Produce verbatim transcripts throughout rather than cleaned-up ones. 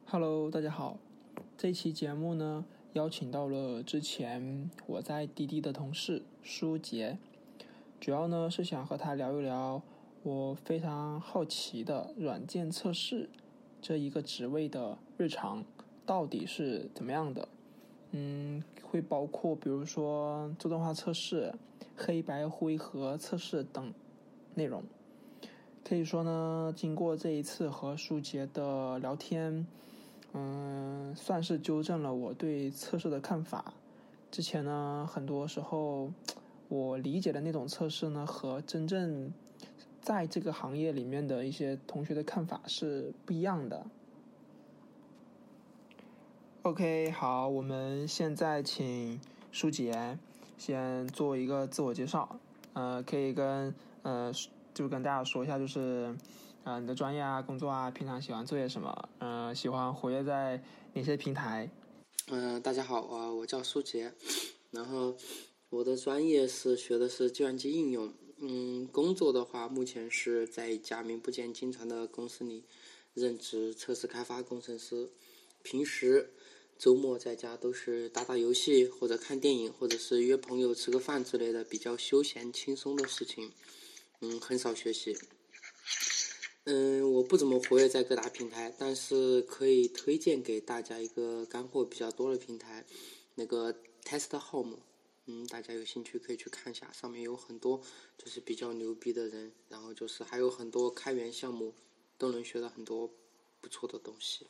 Hello，大家好。这期节目呢，邀请到了之前我在滴滴的同事舒杰，主要呢是想和他聊一聊我非常好奇的软件测试这一个职位的日常到底是怎么样的。嗯，会包括比如说自动化测试、黑白灰盒测试等内容。可以说呢，经过这一次和舒杰的聊天，嗯，算是纠正了我对测试的看法。之前呢，很多时候我理解的那种测试呢，和真正在这个行业里面的一些同学的看法是不一样的。OK， 好，我们现在请舒杰先做一个自我介绍，呃，可以跟呃，就跟大家说一下，就是呃，你的专业啊、工作啊，平常喜欢做些什么？呃，喜欢活跃在哪些平台？ 嗯、呃，大家好啊，我叫舒杰，然后我的专业是学的是计算机应用，嗯，工作的话目前是在一家名不见经传的公司里任职测试开发工程师，平时周末在家都是打打游戏或者看电影，或者是约朋友吃个饭之类的比较休闲轻松的事情，嗯，很少学习。嗯，我不怎么活跃在各大平台，但是可以推荐给大家一个干货比较多的平台，那个 Test Home， 嗯，大家有兴趣可以去看一下，上面有很多就是比较牛逼的人，然后就是还有很多开源项目，都能学到很多不错的东西。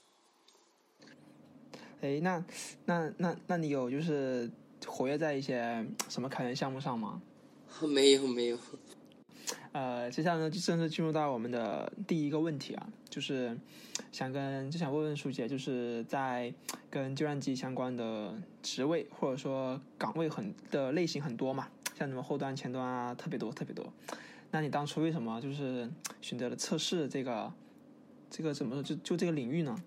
哎，那那那那你有就是活跃在一些什么开源项目上吗？ 没有没有。 呃，接下来呢，就正式进入到我们的第一个问题啊，就是想跟就想问问舒姐，就是在跟计算机相关的职位或者说岗位很的类型很多嘛，像什么后端、前端啊，特别多特别多。那你当初为什么就是选择了测试这个这个怎么说就就这个领域呢？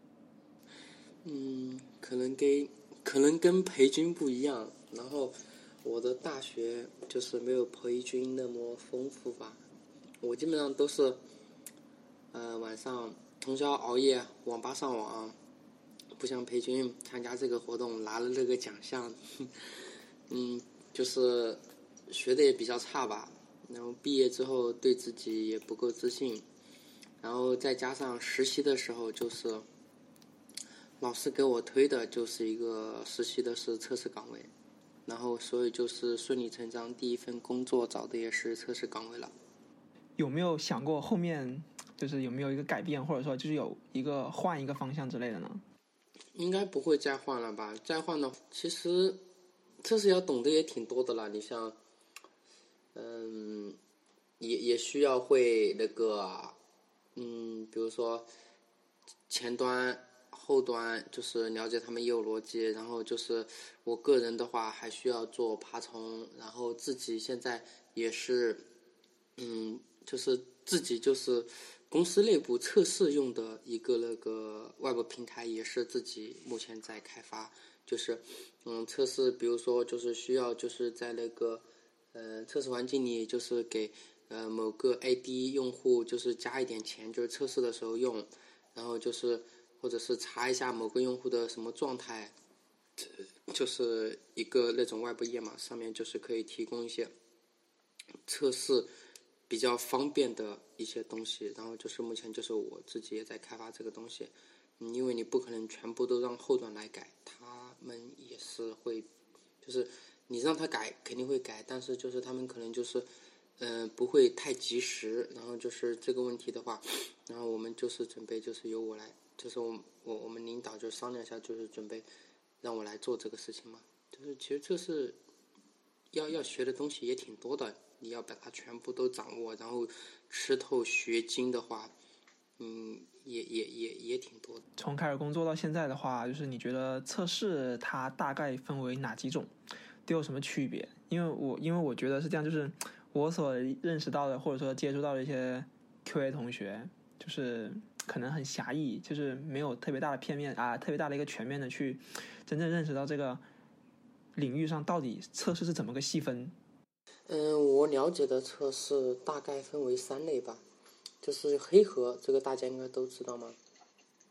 嗯，可能跟可能跟裴军不一样，然后我的大学就是没有裴军那么丰富吧，我基本上都是呃晚上通宵熬夜网吧上网，不像裴军参加这个活动拿了这个奖项，嗯，就是学的也比较差吧，然后毕业之后对自己也不够自信，然后再加上实习的时候就是老师给我推的就是一个实习的是测试岗位，然后所以就是顺理成章第一份工作找的也是测试岗位了。 有没有想过后面就是有没有一个改变，或者说就是有一个换一个方向之类的呢？ 应该不会再换了吧？再换的其实测试要懂得也挺多的啦，你像嗯也也需要会那个嗯比如说前端后端，就是了解他们业务逻辑，然后就是我个人的话还需要做爬虫，然后自己现在也是嗯就是自己就是公司内部测试用的一个那个外部平台，也是自己目前在开发，就是嗯测试，比如说就是需要就是在那个呃测试环境里，就是给呃某个 I D 用户就是加一点钱，就是测试的时候用，然后就是或者是查一下某个用户的什么状态，就是一个那种外部页码，上面就是可以提供一些测试比较方便的一些东西，然后就是目前就是我自己也在开发这个东西，嗯，因为你不可能全部都让后端来改，他们也是会，就是你让他改肯定会改，但是就是他们可能就是嗯、呃、不会太及时，然后就是这个问题的话，然后我们就是准备就是由我来，就是我我我们领导就商量一下，就是准备让我来做这个事情嘛，就是其实这是要要学的东西也挺多的，你要把它全部都掌握，然后吃透学精的话，嗯，也也也也挺多的。 从开始工作到现在的话，就是你觉得测试它大概分为哪几种，都有什么区别？因为我因为我觉得是这样，就是我所认识到的或者说接触到的一些 Q A 同学，就是可能很狭义，就是没有特别大的片面啊，特别大的一个全面的去真正认识到这个领域上到底测试是怎么个细分。 嗯，我了解的测试大概分为三类吧，就是黑盒，这个大家应该都知道吗？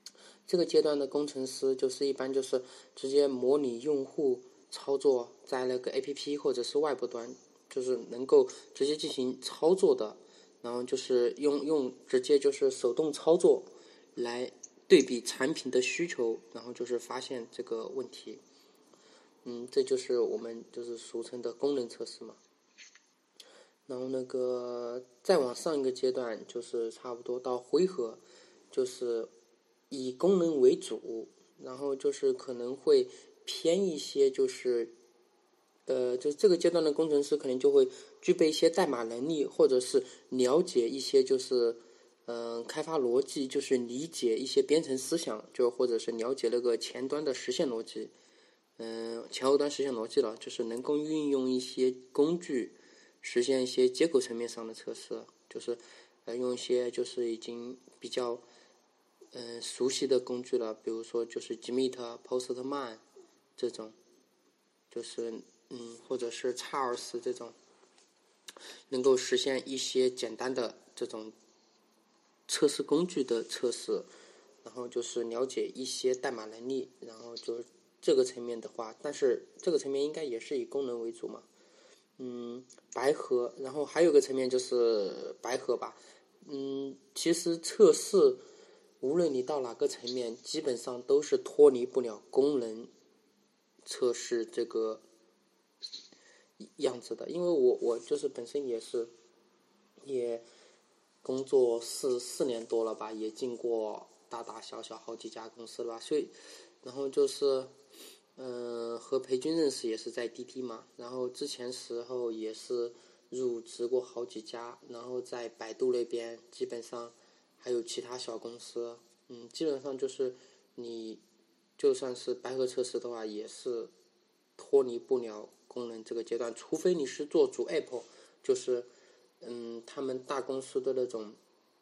这个阶段的工程师就是一般就是直接模拟用户操作在那个 A P P 或者是外部端，就是能够直接进行操作的，然后就是用用直接就是手动操作来对比产品的需求，然后就是发现这个问题。嗯，这就是我们就是俗称的功能测试嘛。然后那个再往上一个阶段就是差不多到回合，就是以功能为主，然后就是可能会偏一些，就是呃，就这个阶段的工程师可能就会具备一些代码能力，或者是了解一些就是嗯、呃、开发逻辑，就是理解一些编程思想，就或者是了解那个前端的实现逻辑，嗯、呃、前后端实现逻辑了，就是能够运用一些工具实现一些结构层面上的测试，就是呃用一些就是已经比较嗯、呃、熟悉的工具了，比如说就是 Gmit、Postman 这种，就是嗯或者是 Charles 这种，能够实现一些简单的这种测试工具的测试，然后就是了解一些代码能力，然后就这个层面的话，但是这个层面应该也是以功能为主嘛。嗯，白盒，然后还有个层面就是白盒吧。嗯，其实测试无论你到哪个层面，基本上都是脱离不了功能测试这个样子的。因为我我就是本身也是也工作四四年多了吧，也进过大大小小好几家公司了吧，所以然后就是嗯、呃，和裴军认识也是在滴滴嘛，然后之前时候也是入职过好几家，然后在百度那边基本上还有其他小公司，嗯，基本上就是你就算是白盒测试的话，也是脱离不了功能这个阶段，除非你是做主 App， 就是嗯，他们大公司的那种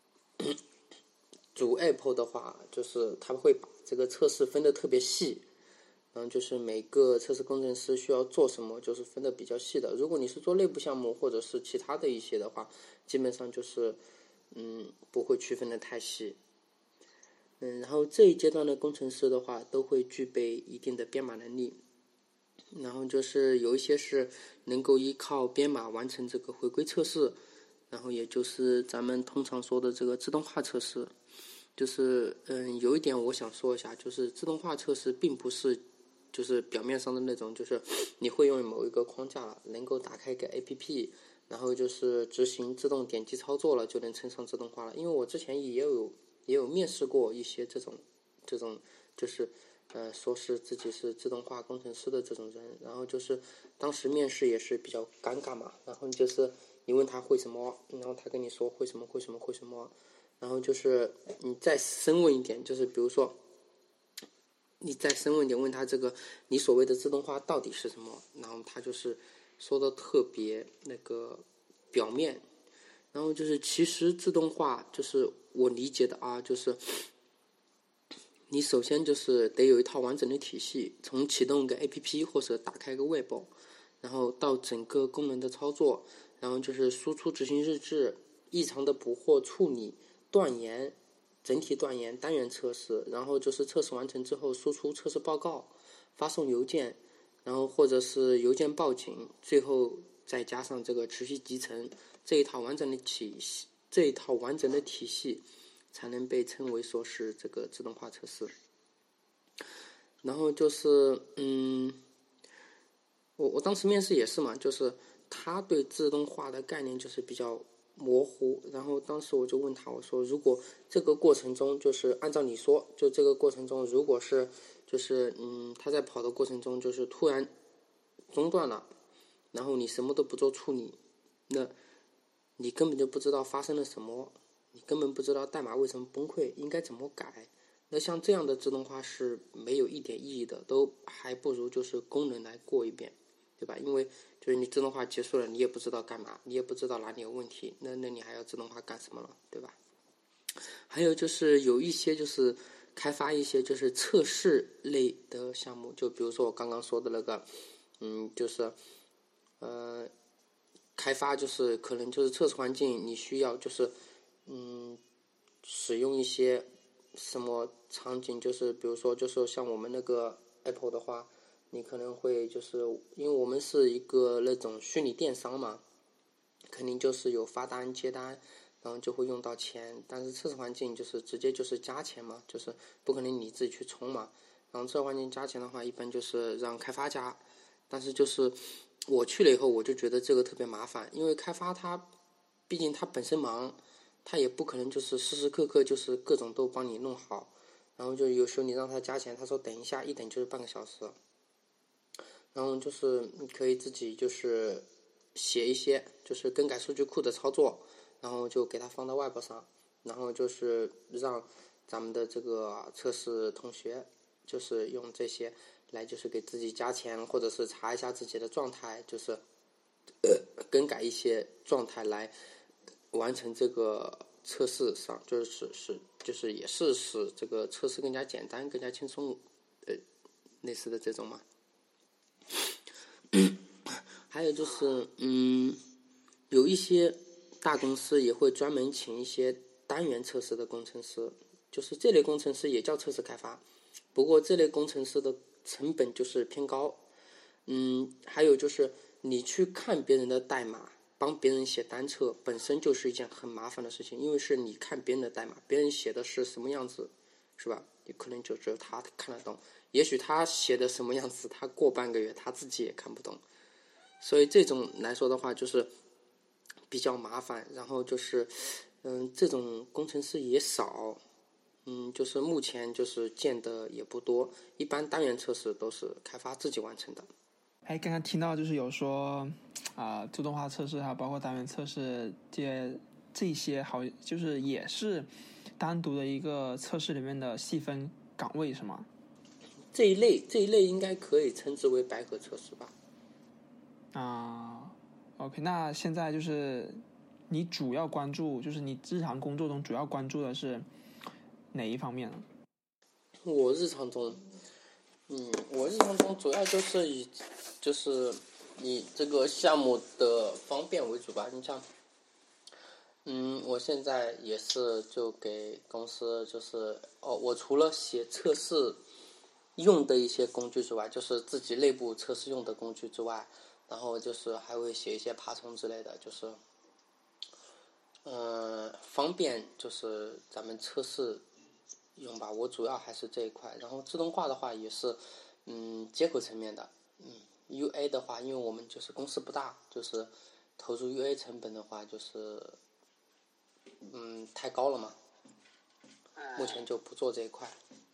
主 App 的话，就是他们会把这个测试分得特别细。然后就是每个测试工程师需要做什么，就是分得比较细的。如果你是做内部项目或者是其他的一些的话，基本上就是嗯不会区分得太细。嗯，然后这一阶段的工程师的话，都会具备一定的编码能力。然后就是有一些是能够依靠编码完成这个回归测试，然后也就是咱们通常说的这个自动化测试。就是嗯，有一点我想说一下，就是自动化测试并不是就是表面上的那种，就是你会用某一个框架了，能够打开一个 A P P， 然后就是执行自动点击操作了，就能称上自动化了。因为我之前也有也有面试过一些这种这种就是呃说是自己是自动化工程师的这种人，然后就是当时面试也是比较尴尬嘛，然后就是你问他会什么，然后他跟你说会什么会什么会什么。然后就是你再深问一点，就是比如说，你再深问一点，问他这个你所谓的自动化到底是什么？然后他就是说的特别那个表面，然后就是其实自动化就是我理解的啊，就是你首先就是得有一套完整的体系，从启动一个 A P P 或者打开一个 Web， 然后到整个功能的操作，然后就是输出执行日志、异常的捕获处理。断言，整体断言，单元测试，然后就是测试完成之后输出测试报告，发送邮件，然后或者是邮件报警，最后再加上这个持续集成，这一套完整的体系，这一套完整的体系才能被称为说是这个自动化测试。然后就是嗯，我我当时面试也是嘛，就是他对自动化的概念就是比较模糊，然后当时我就问他，我说如果这个过程中就是按照你说，就这个过程中如果是就是嗯他在跑的过程中就是突然中断了，然后你什么都不做处理，那你根本就不知道发生了什么，你根本不知道代码为什么崩溃，应该怎么改。那像这样的自动化是没有一点意义的，都还不如就是功能来过一遍，对吧？因为就是你自动化结束了，你也不知道干嘛，你也不知道哪里有问题，那那你还要自动化干什么了，对吧？还有就是有一些就是开发一些就是测试类的项目，就比如说我刚刚说的那个，嗯，就是呃，开发就是可能就是测试环境你需要就是嗯使用一些什么场景，就是比如说，就是像我们那个 Apple 的话，你可能会就是因为我们是一个那种虚拟电商嘛，肯定就是有发单接单，然后就会用到钱。但是测试环境就是直接就是加钱嘛，就是不可能你自己去充嘛。然后测试环境加钱的话，一般就是让开发加。但是就是我去了以后，我就觉得这个特别麻烦，因为开发他毕竟他本身忙，他也不可能就是时时刻刻就是各种都帮你弄好。然后就有时候你让他加钱，他说等一下，一等就是半个小时。然后就是你可以自己就是写一些就是更改数据库的操作，然后就给它放到 Web 上，然后就是让咱们的这个测试同学就是用这些来就是给自己加钱，或者是查一下自己的状态，就是呃更改一些状态来完成这个测试上，就是是就是也是使这个测试更加简单、更加轻松，呃，类似的这种嘛。还有就是，嗯，有一些大公司也会专门请一些单元测试的工程师，就是这类工程师也叫测试开发，不过这类工程师的成本就是偏高。嗯，还有就是你去看别人的代码，帮别人写单测，本身就是一件很麻烦的事情，因为是你看别人的代码，别人写的是什么样子，是吧？你可能就只有他看得懂，也许他写的什么样子，他过半个月他自己也看不懂。所以这种来说的话，就是比较麻烦。然后就是，嗯，这种工程师也少，嗯，就是目前就是见的也不多。一般单元测试都是开发自己完成的。 哎，刚刚听到就是有说啊、呃，自动化测试还有包括单元测试这这些好，就是也是单独的一个测试里面的细分岗位是吗？ 这一类这一类应该可以称之为百科测试吧。 啊、呃、，OK， 那现在就是你主要关注，就是你日常工作中主要关注的是哪一方面呢？ 我日常中，嗯，我日常中主要就是以就是以这个项目的方便为主吧。你像，嗯，我现在也是就给公司就是哦，我除了写测试用的一些工具之外，就是自己内部测试用的工具之外，然后就是还会写一些爬虫之类的，就是嗯、呃、方便就是咱们测试用吧。我主要还是这一块，然后自动化的话也是嗯接口层面的，嗯 U A 的话，因为我们就是公司不大，就是投入 U A 成本的话就是嗯太高了嘛，目前就不做这一块。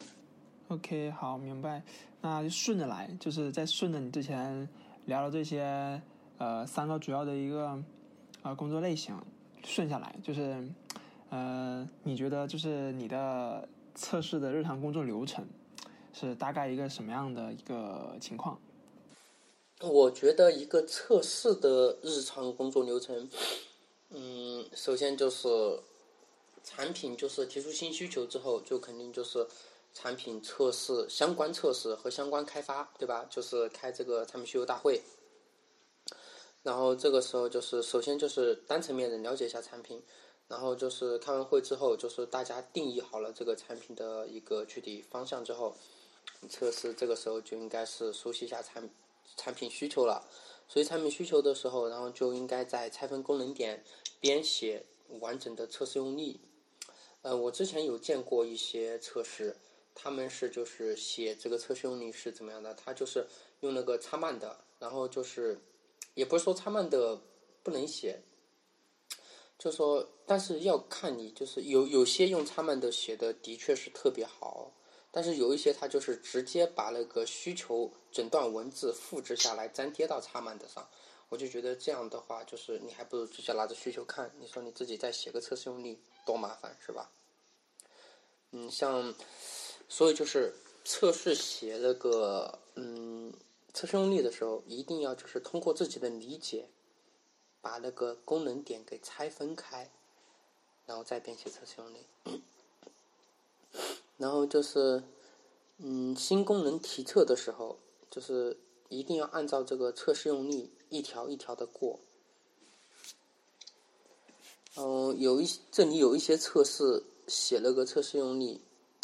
OK， 好，明白。那就顺着来，就是在顺着你之前聊的这些呃三个主要的一个呃工作类型顺下来，就是呃你觉得就是你的测试的日常工作流程是大概一个什么样的一个情况？ 我觉得一个测试的日常工作流程，嗯，首先就是产品就是提出新需求之后，就肯定就是产品测试、相关测试和相关开发，对吧？就是开这个产品需求大会。然后这个时候就是首先就是单层面的了解一下产品，然后就是开完会之后，就是大家定义好了这个产品的一个具体方向之后，测试这个时候就应该是熟悉一下产产品需求了。所以产品需求的时候，然后就应该在拆分功能点，编写完整的测试用例。呃，我之前有见过一些测试，他们是就是写这个测试用例是怎么样的，他就是用那个插曼的，然后就是也不是说插曼的不能写，就说但是要看你就是有有些用插曼的写的的确是特别好，但是有一些他就是直接把那个需求整段文字复制下来粘贴到插曼的上。我就觉得这样的话，就是你还不如直接拿着需求看，你说你自己再写个测试用例多麻烦是吧？嗯，像，所以就是测试写那个嗯测试用例的时候，一定要就是通过自己的理解，把那个功能点给拆分开，然后再编写测试用例。然后就是嗯新功能提测的时候，就是一定要按照这个测试用例一条一条的过。嗯，有一这里有一些测试写了个测试用例，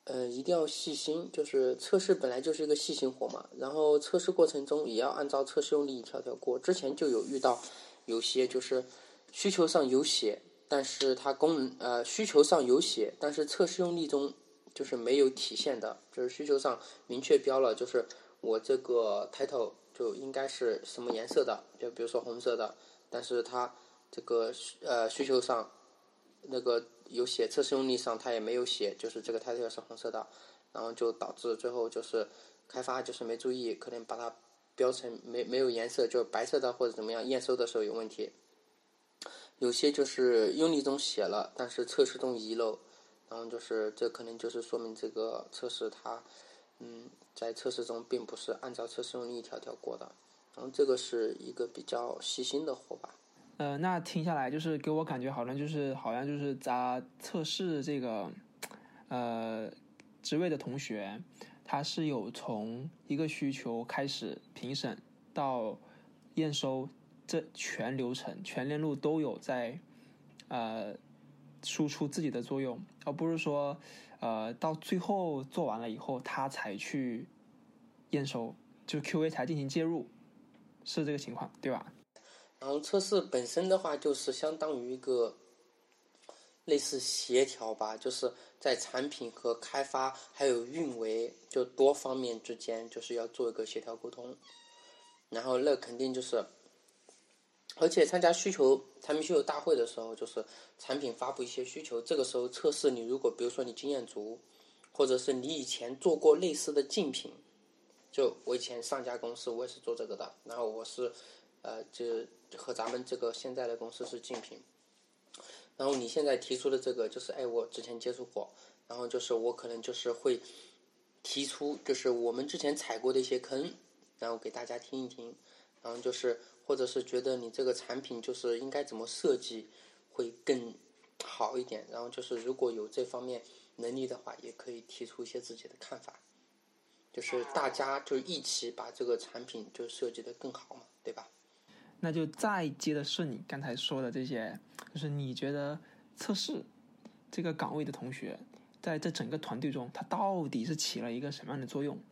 呃，一定要细心，就是测试本来就是一个细心活嘛，然后测试过程中也要按照测试用例一条条过。之前就有遇到有些就是需求上有写，但是它功能呃需求上有写，但是测试用例中就是没有体现的，就是需求上明确标了，就是我这个 title 就应该是什么颜色的，就比如说红色的，但是它这个呃需求上那个有写，测试用例上它也没有写，就是这个 title 是红色的，然后就导致最后就是开发就是没注意，可能把它标成没没有颜色，就白色的或者怎么样，验收的时候有问题。有些就是用例中写了，但是测试中遗漏，然后就是这可能就是说明这个测试它，嗯，在测试中并不是按照测试用例一条条过的，然后这个是一个比较细心的活吧。 呃，那听下来就是给我感觉好像就是好像就是在测试这个呃职位的同学，他是有从一个需求开始评审到验收，这全流程全链路都有在呃输出自己的作用，而不是说呃到最后做完了以后他才去验收，就是 Q A 才进行介入，是这个情况对吧？ 然后测试本身的话，就是相当于一个类似协调吧，就是在产品和开发还有运维就多方面之间，就是要做一个协调沟通。然后那肯定就是，而且参加需求产品需求大会的时候，就是产品发布一些需求，这个时候测试你如果比如说你经验足，或者是你以前做过类似的竞品，就我以前上家公司我也是做这个的，然后我是呃就和咱们这个现在的公司是竞品。然后你现在提出的这个就是哎我之前接触过，然后就是我可能就是会提出就是我们之前踩过的一些坑，然后给大家听一听，然后就是或者是觉得你这个产品就是应该怎么设计会更好一点，然后就是如果有这方面能力的话，也可以提出一些自己的看法，就是大家就一起把这个产品就设计得更好嘛，对吧？ 那就再接着顺你刚才说的这些，就是你觉得测试这个岗位的同学，在这整个团队中，他到底是起了一个什么样的作用？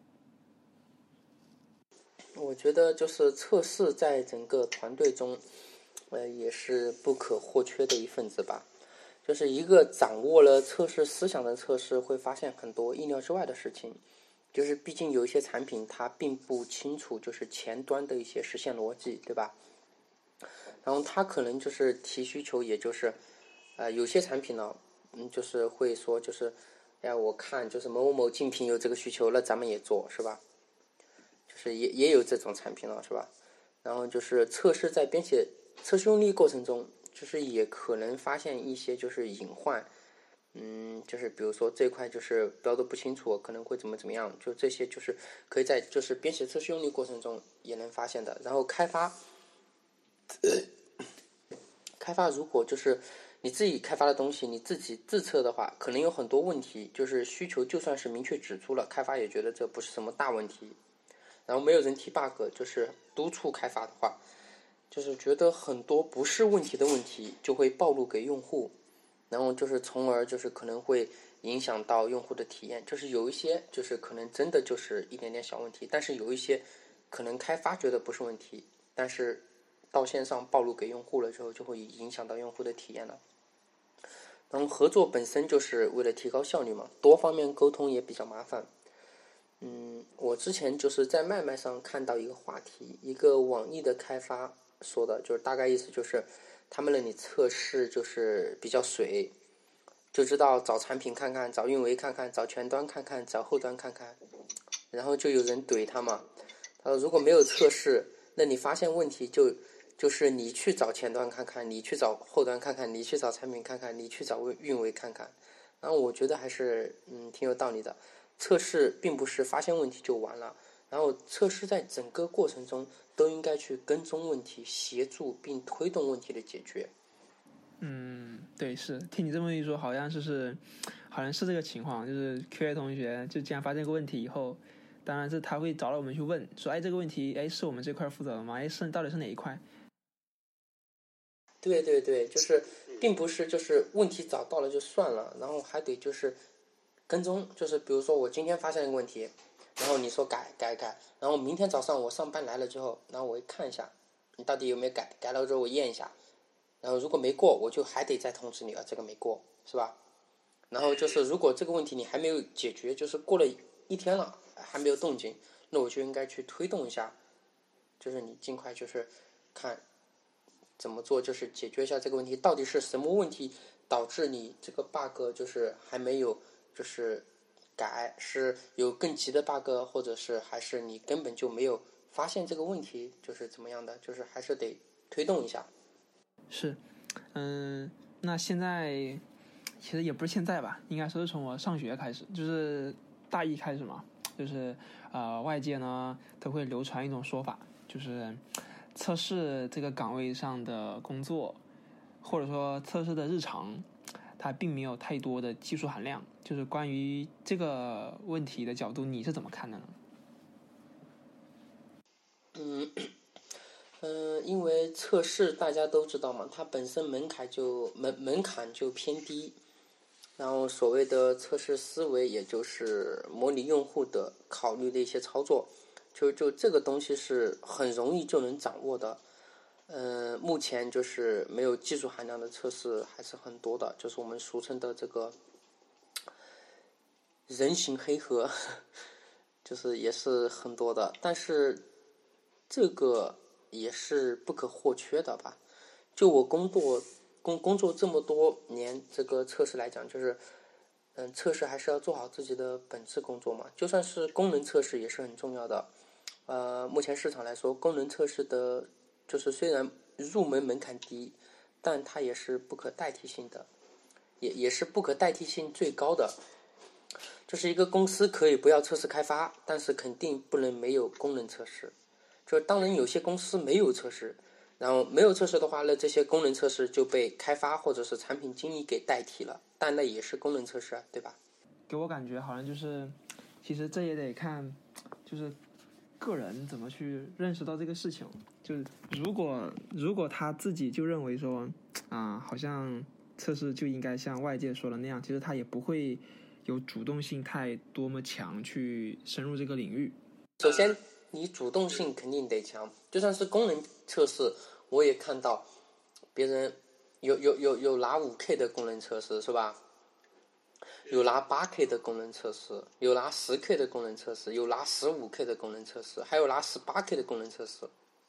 我觉得就是测试在整个团队中，呃，也是不可或缺的一份子吧。就是一个掌握了测试思想的测试，会发现很多意料之外的事情。就是毕竟有一些产品它并不清楚，就是前端的一些实现逻辑，对吧？然后他可能就是提需求，也就是，呃，有些产品呢，嗯，就是会说，就是，哎，我看就是某某某竞品有这个需求，那咱们也做，是吧？就是也也有这种产品了，是吧？然后就是测试在编写测试用例过程中，就是也可能发现一些就是隐患，嗯，就是比如说这块就是标的不清楚，可能会怎么怎么样，就这些就是可以在就是编写测试用例过程中也能发现的。然后开发，开发如果就是你自己开发的东西，你自己自测的话，可能有很多问题，就是需求就算是明确指出了，开发也觉得这不是什么大问题，然后没有人提 bug，就是督促开发的话，就是觉得很多不是问题的问题就会暴露给用户，然后就是从而就是可能会影响到用户的体验，就是有一些就是可能真的就是一点点小问题，但是有一些可能开发觉得不是问题，但是到线上暴露给用户了之后，就会影响到用户的体验了。然后合作本身就是为了提高效率嘛，多方面沟通也比较麻烦。嗯，我之前就是在麦麦上看到一个话题，一个网易的开发说的，就是大概意思就是他们那里测试就是比较水，就知道找产品看看，找运维看看，找前端看看，找后端看看，然后就有人怼他嘛，他说如果没有测试，那你发现问题就就是你去找前端看看，你去找后端看看，你去找产品看看，你去找运维看看。然后我觉得还是嗯挺有道理的。测试并不是发现问题就完了，然后测试在整个过程中都应该去跟踪问题，协助并推动问题的解决。 嗯，对，是听你这么一说，好像就是好像是这个情况，就是 Q A 同学就既然发现个问题以后，当然是他会找到我们去问，说哎这个问题哎是我们这块负责的吗？哎是到底是哪一块？ 对对对，就是并不是就是问题找到了就算了，然后还得就是跟踪，就是比如说我今天发现一个问题，然后你说改改改，然后明天早上我上班来了之后，然后我一看一下，你到底有没有改，改了之后我验一下，然后如果没过，我就还得再通知你啊，这个没过，是吧？然后就是如果这个问题你还没有解决，就是过了一天了还没有动静，那我就应该去推动一下，就是你尽快就是看怎么做，就是解决一下这个问题，到底是什么问题导致你这个 bug 就是还没有就是改，是有更急的 bug， 或者是还是你根本就没有发现这个问题，就是怎么样的，就是还是得推动一下。 是，嗯，那现在其实也不是现在吧，应该说是从我上学开始，就是大一开始嘛，就是呃外界呢都会流传一种说法，就是测试这个岗位上的工作，或者说测试的日常，它并没有太多的技术含量。就是关于这个问题的角度，你是怎么看的呢？ 嗯。嗯、呃，因为测试大家都知道嘛，它本身门槛就门门槛就偏低，然后所谓的测试思维，也就是模拟用户的考虑的一些操作，就就这个东西是很容易就能掌握的。呃，目前就是没有技术含量的测试还是很多的，就是我们俗称的这个人形黑盒，就是也是很多的，但是这个也是不可或缺的吧。就我工作工工作这么多年，这个测试来讲，就是嗯，测试还是要做好自己的本质工作嘛。就算是功能测试也是很重要的。呃，目前市场来说，功能测试的，就是虽然入门门槛低，但它也是不可代替性的，也也是不可代替性最高的。就是一个公司可以不要测试开发，但是肯定不能没有功能测试。就是当然有些公司没有测试，然后没有测试的话，那这些功能测试就被开发或者是产品经理给代替了，但那也是功能测试啊，对吧？ 给我感觉好像就是，其实这也得看，就是个人怎么去认识到这个事情。就是如果如果他自己就认为说啊，好像测试就应该像外界说的那样，其实他也不会有主动性太多么强去深入这个领域。 首先，你主动性肯定得强，就算是功能测试，我也看到别人有有有有拿五 K 的功能测试是吧？有拿八 K 的功能测试，有拿十 K 的功能测试，有拿十五 K 的功能测试，还有拿十八 K 的功能测试。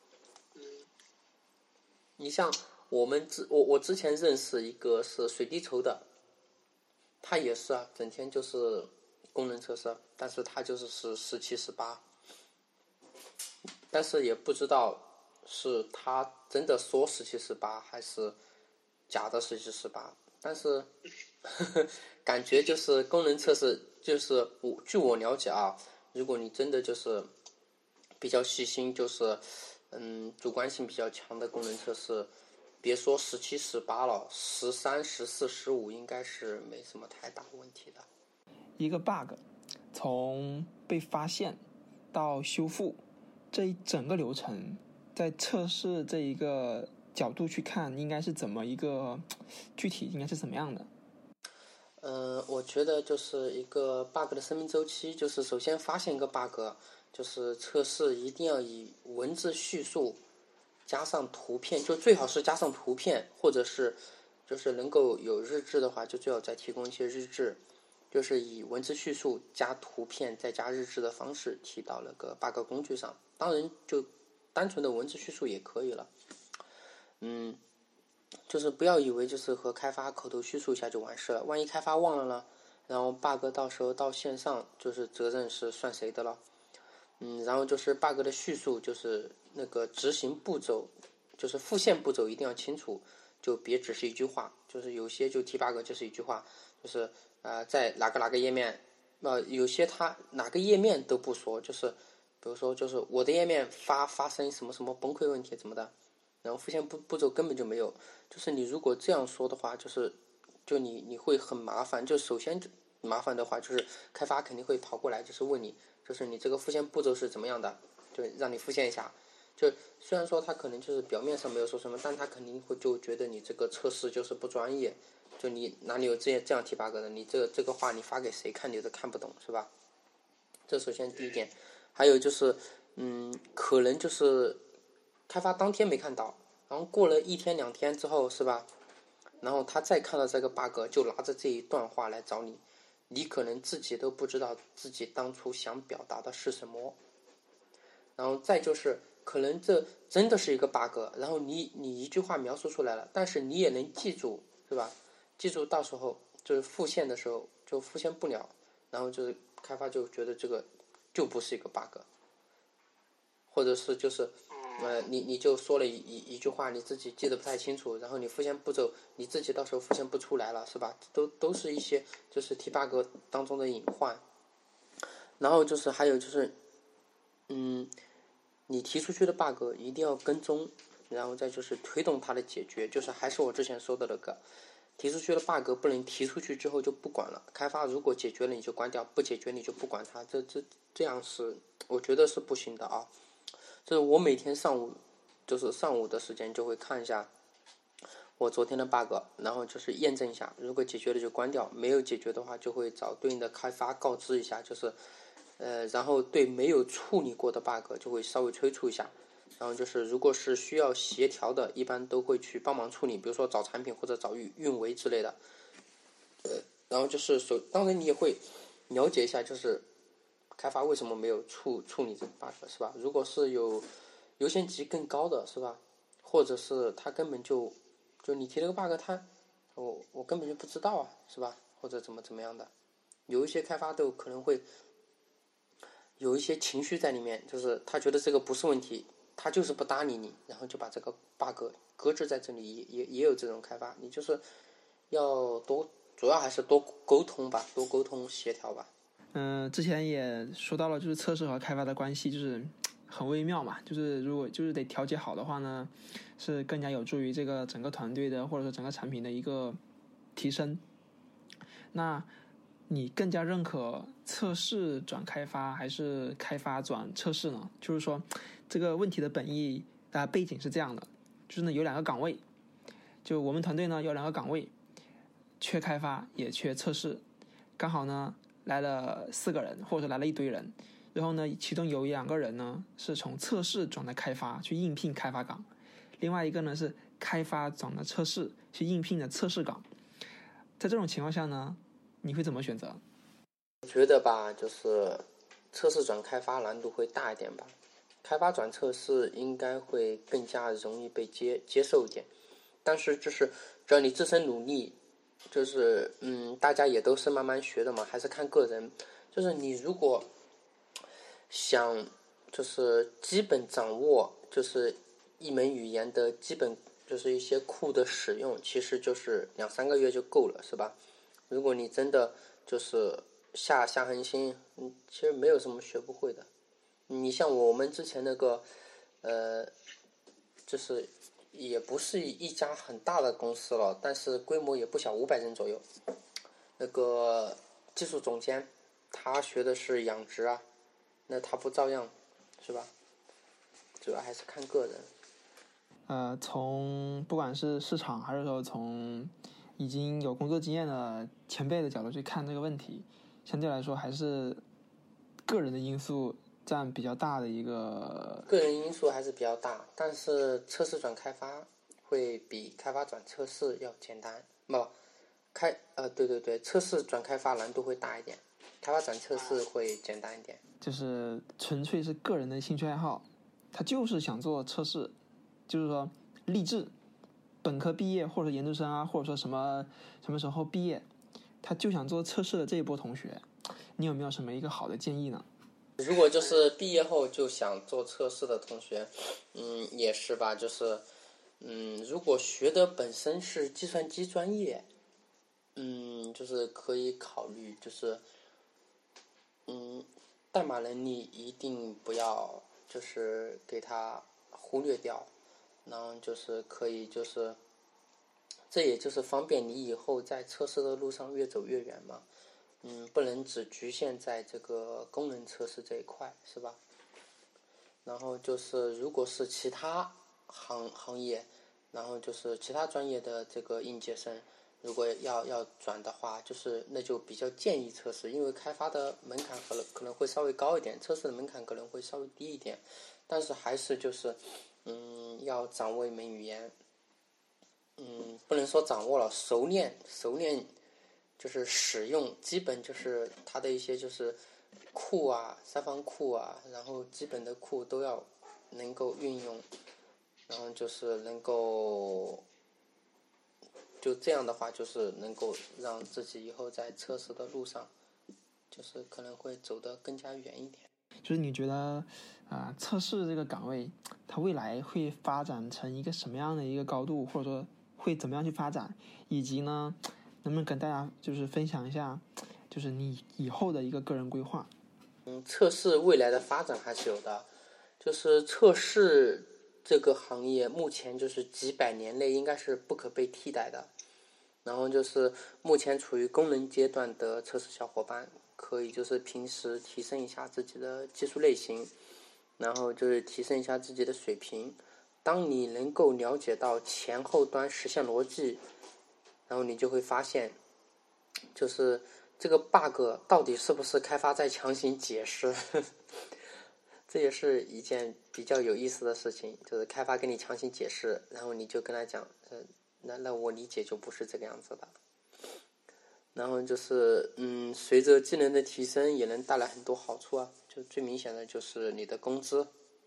你像我们之我我之前认识一个是水滴筹的，他也是啊，整天就是功能测试，但是他就是十十七十八，但是也不知道是他真的说十七十八还是假的十七十八，但是呵呵感觉就是功能测试，就是我据我了解啊，如果你真的就是比较细心，就是嗯主观性比较强的功能测试，别说十七十八了，十三十四十五应该是没什么太大问题的。 一个 bug 从被发现到修复这一整个流程，在测试这一个角度去看，应该是怎么一个具体应该是怎么样的？ 呃，我觉得就是一个 bug 的生命周期，就是首先发现一个 bug，就是测试一定要以文字叙述加上图片，就最好是加上图片，或者是就是能够有日志的话，就最好再提供一些日志，就是以文字叙述加图片再加日志的方式提到那个 bug 工具上。当然，就单纯的文字叙述也可以了。嗯。就是不要以为就是和开发口头叙述一下就完事了，万一开发忘了呢，然后 bug 到时候到线上，就是责任是算谁的了。嗯，然后就是 bug 的叙述，就是那个执行步骤，就是复现步骤一定要清楚，就别只是一句话，就是有些就提 bug 就是一句话，就是呃在哪个哪个页面，呃有些他哪个页面都不说，就是比如说就是我的页面发发生什么什么崩溃问题怎么的，然后复现步步骤根本就没有，就是你如果这样说的话，就是就你你会很麻烦。就首先麻烦的话，就是开发肯定会跑过来，就是问你，就是你这个复现步骤是怎么样的，就让你复现一下。 就虽然说他可能就是表面上没有说什么，但他肯定会就觉得你这个测试就是不专业，就你哪里有这样这样提 bug 的，你这这个话你发给谁看你都看不懂，是吧？这首先第一点。还有就是，嗯，可能就是开发当天没看到，然后过了一天两天之后，是吧？然后他再看到这个 bug，就拿着这一段话来找你，你可能自己都不知道自己当初想表达的是什么。然后再就是，可能这真的是一个 bug，然后你你一句话描述出来了，但是你也能记住，是吧？记住到时候就是复现的时候就复现不了，然后就是开发就觉得这个就不是一个 bug， 或者是就是呃你你就说了一一一句话你自己记得不太清楚，然后你复现步骤你自己到时候复现不出来了，是吧？都都是一些就是提 bug 当中的隐患。然后就是还有就是嗯你提出去的 bug 一定要跟踪，然后再就是推动它的解决，就是还是我之前说的那个，提出去的 bug 不能提出去之后就不管了，开发如果解决了你就关掉，不解决你就不管它，这这这样是我觉得是不行的啊。就是我每天上午就是上午的时间就会看一下我昨天的 bug， 然后就是验证一下，如果解决了就关掉，没有解决的话就会找对应的开发告知一下，就是呃，然后对没有处理过的 bug 就会稍微催促一下，然后就是如果是需要协调的，一般都会去帮忙处理，比如说找产品或者找运运维之类的。呃，然后就是首，当然你也会了解一下，就是开发为什么没有处处理这个 bug， 是吧？如果是有优先级更高的，是吧？或者是他根本就就你提了个 bug，他我我根本就不知道啊，是吧？或者怎么怎么样的，有一些开发都可能会有一些情绪在里面，就是他觉得这个不是问题，他就是不搭理你，然后就把这个 bug 搁置在这里，也也也有这种开发。你就是要多，主要还是多沟通吧，多沟通协调吧。 嗯、呃，之前也说到了，就是测试和开发的关系就是很微妙嘛，就是如果就是得调节好的话呢，是更加有助于这个整个团队的或者说整个产品的一个提升。那你更加认可测试转开发还是开发转测试呢？就是说这个问题的本意啊、呃、背景是这样的，就是呢有两个岗位，就我们团队呢有两个岗位，缺开发也缺测试，刚好呢来了四个人或者来了一堆人，然后呢其中有两个人呢是从测试转的开发去应聘开发岗，另外一个呢是开发转的测试去应聘的测试岗。在这种情况下呢，你会怎么选择？ 我觉得吧，就是测试转开发难度会大一点吧，开发转测试应该会更加容易被接接受一点。但是就是只要你自身努力，就是嗯，大家也都是慢慢学的嘛，还是看个人。就是你如果想就是基本掌握就是一门语言的基本就是一些库的使用，其实就是两三个月就够了，是吧？如果你真的就是下下狠心，嗯，其实没有什么学不会的。你像我们之前那个，呃，就是也不是一家很大的公司了，但是规模也不小，五百人左右。那个技术总监，他学的是养殖啊，那他不照样，是吧？主要还是看个人。 呃，从不管是市场还是说从已经有工作经验的前辈的角度去看这个问题，相对来说还是个人的因素占比较大的一个。 个人因素还是比较大，但是测试转开发会比开发转测试要简单。不，开呃对对对，测试转开发难度会大一点，开发转测试会简单一点。 就是纯粹是个人的兴趣爱好，他就是想做测试，就是说励志，本科毕业或者研究生啊，或者说什么什么时候毕业，他就想做测试的这一波同学，你有没有什么一个好的建议呢？ 如果就是毕业后就想做测试的同学，嗯，也是吧，就是嗯，如果学的本身是计算机专业，嗯，就是可以考虑，就是嗯，代码能力一定不要就是给他忽略掉，然后就是可以就是这也就是方便你以后在测试的路上越走越远嘛。嗯，不能只局限在这个功能测试这一块，是吧？ 然后就是如果是其他行行业，然后就是其他专业的这个应届生，如果要要转的话，就是那就比较建议测试，因为开发的门槛可能可能会稍微高一点，测试的门槛可能会稍微低一点，但是还是就是嗯要掌握一门语言，嗯不能说掌握了，熟练熟练就是使用，基本就是它的一些就是库啊、三方库啊，然后基本的库都要能够运用，然后就是能够。就这样的话，就是能够让自己以后在测试的路上，就是可能会走得更加远一点。 就是你觉得啊、呃，测试这个岗位，它未来会发展成一个什么样的一个高度，或者说会怎么样去发展，以及呢，能不能跟大家就是分享一下，就是你以后的一个个人规划？ 嗯，测试未来的发展还是有的，就是测试这个行业目前就是几百年内应该是不可被替代的。然后就是目前处于功能阶段的测试小伙伴，可以就是平时提升一下自己的技术类型，然后就是提升一下自己的水平。当你能够了解到前后端实现逻辑，然后你就会发现，就是这个 bug 到底是不是开发在强行解释。这也是一件比较有意思的事情，就是开发跟你强行解释，然后你就跟他讲，呃，那那我理解就不是这个样子的。然后就是，嗯，随着技能的提升，也能带来很多好处啊。就最明显的就是你的工资。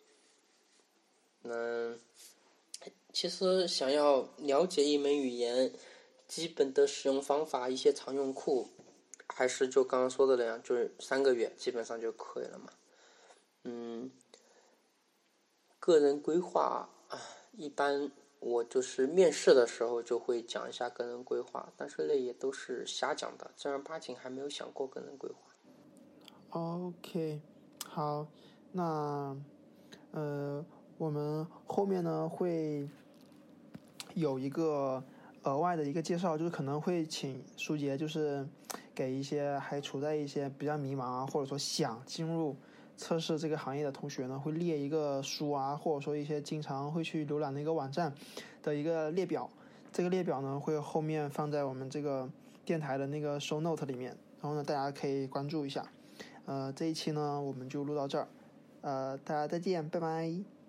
嗯，其实想要了解一门语言，基本的使用方法，一些常用库，还是就刚刚说的那样，就是三个月基本上就可以了嘛。嗯，个人规划啊，一般我就是面试的时候就会讲一下个人规划，但是那也都是瞎讲的，正儿八经还没有想过个人规划。 OK，好，那呃，我们后面呢会有一个额外的一个介绍，就是可能会请舒杰，就是给一些还处在一些比较迷茫啊，或者说想进入测试这个行业的同学呢，会列一个书啊，或者说一些经常会去浏览的一个网站的一个列表。这个列表呢，会后面放在我们这个电台的那个 show note 里面，然后呢，大家可以关注一下。呃，这一期呢，我们就录到这儿，呃，大家再见，拜拜。